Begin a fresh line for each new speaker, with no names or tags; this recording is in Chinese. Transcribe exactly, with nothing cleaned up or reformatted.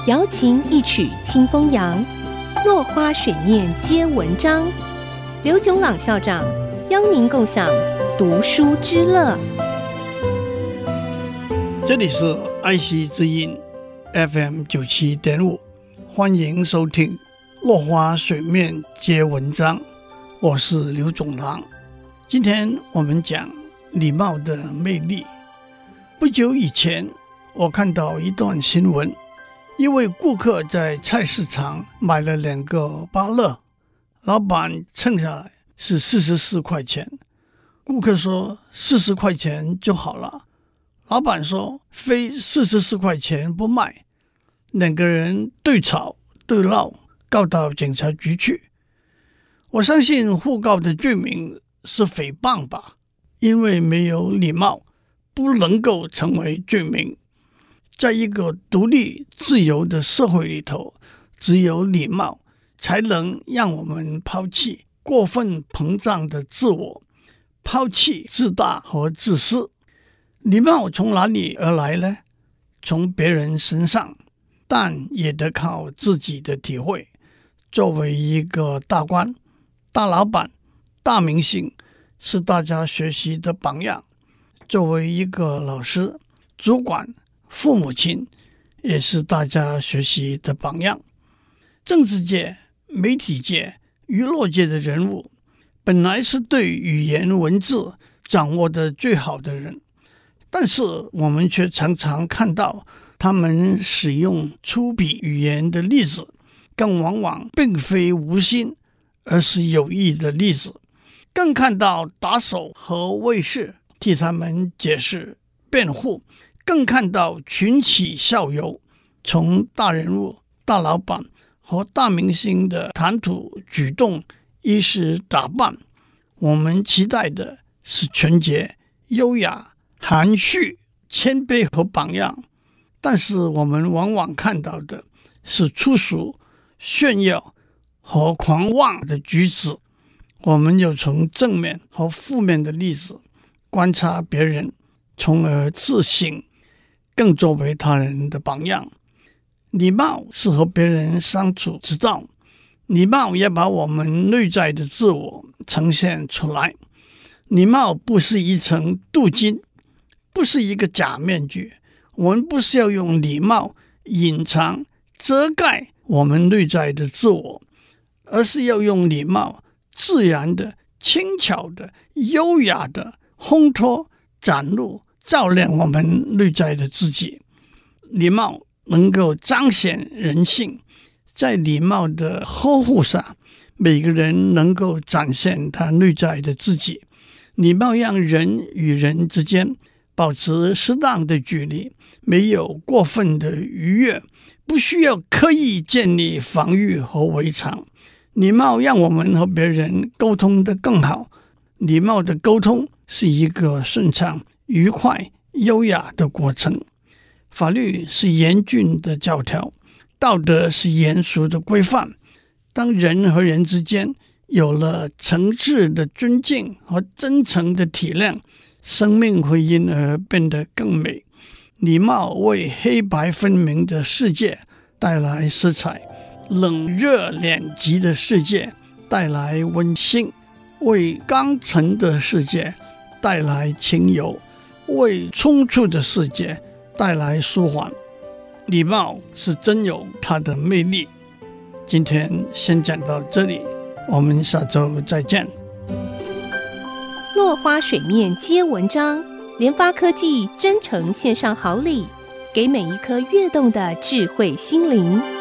瑶琴一曲清风扬，落花水面皆文章。刘炯朗校长邀您共享读书之乐。
这里是爱惜之音 F M 九七点五，欢迎收听落花水面皆文章，我是刘炯朗。今天我们讲礼貌的魅力。不久以前，我看到一段新闻，一位顾客在菜市场买了两个芭乐，老板称下来是四十四块钱。顾客说四十块钱就好了，老板说非四十四块钱不卖。两个人对吵对闹，告到警察局去。我相信互告的罪名是诽谤吧，因为没有礼貌不能够成为罪名。在一个独立自由的社会里头，只有礼貌才能让我们抛弃过分膨胀的自我，抛弃自大和自私。礼貌从哪里而来呢？从别人身上，但也得靠自己的体会。作为一个大官、大老板、大明星，是大家学习的榜样。作为一个老师、主管、父母亲，也是大家学习的榜样。政治界、媒体界、娱乐界的人物，本来是对语言文字掌握的最好的人，但是我们却常常看到他们使用粗鄙语言的例子，更往往并非无心，而是有意的例子。更看到打手和卫士替他们解释辩护，更看到群起效尤，从大人物、大老板和大明星的谈吐举动、衣饰打扮。我们期待的是纯洁、优雅、含蓄、谦卑和榜样，但是我们往往看到的是粗俗、炫耀和狂妄的举止。我们有从正面和负面的例子观察别人，从而自省，更作为他人的榜样。礼貌是和别人相处之道，礼貌也把我们内在的自我呈现出来。礼貌不是一层镀金，不是一个假面具。我们不是要用礼貌隐藏、遮盖我们内在的自我，而是要用礼貌自然的、轻巧的、优雅的烘托、展露、照亮我们内在的自己。礼貌能够彰显人性，在礼貌的呵护下，每个人能够展现他内在的自己。礼貌让人与人之间保持适当的距离，没有过分的逾越，不需要刻意建立防御和围墙。礼貌让我们和别人沟通得更好。礼貌的沟通是一个顺畅、愉快、优雅的过程。法律是严峻的教条，道德是严肃的规范。当人和人之间有了诚挚的尊敬和真诚的体谅，生命会因而变得更美。礼貌为黑白分明的世界带来色彩，冷热两极的世界带来温馨，为刚诚的世界带来清幽，为冲突的世界带来舒缓。礼貌是真有它的魅力。今天先讲到这里，我们下周再见。
落花水面皆文章，联发科技真诚献上好礼，给每一颗跃动的智慧心灵。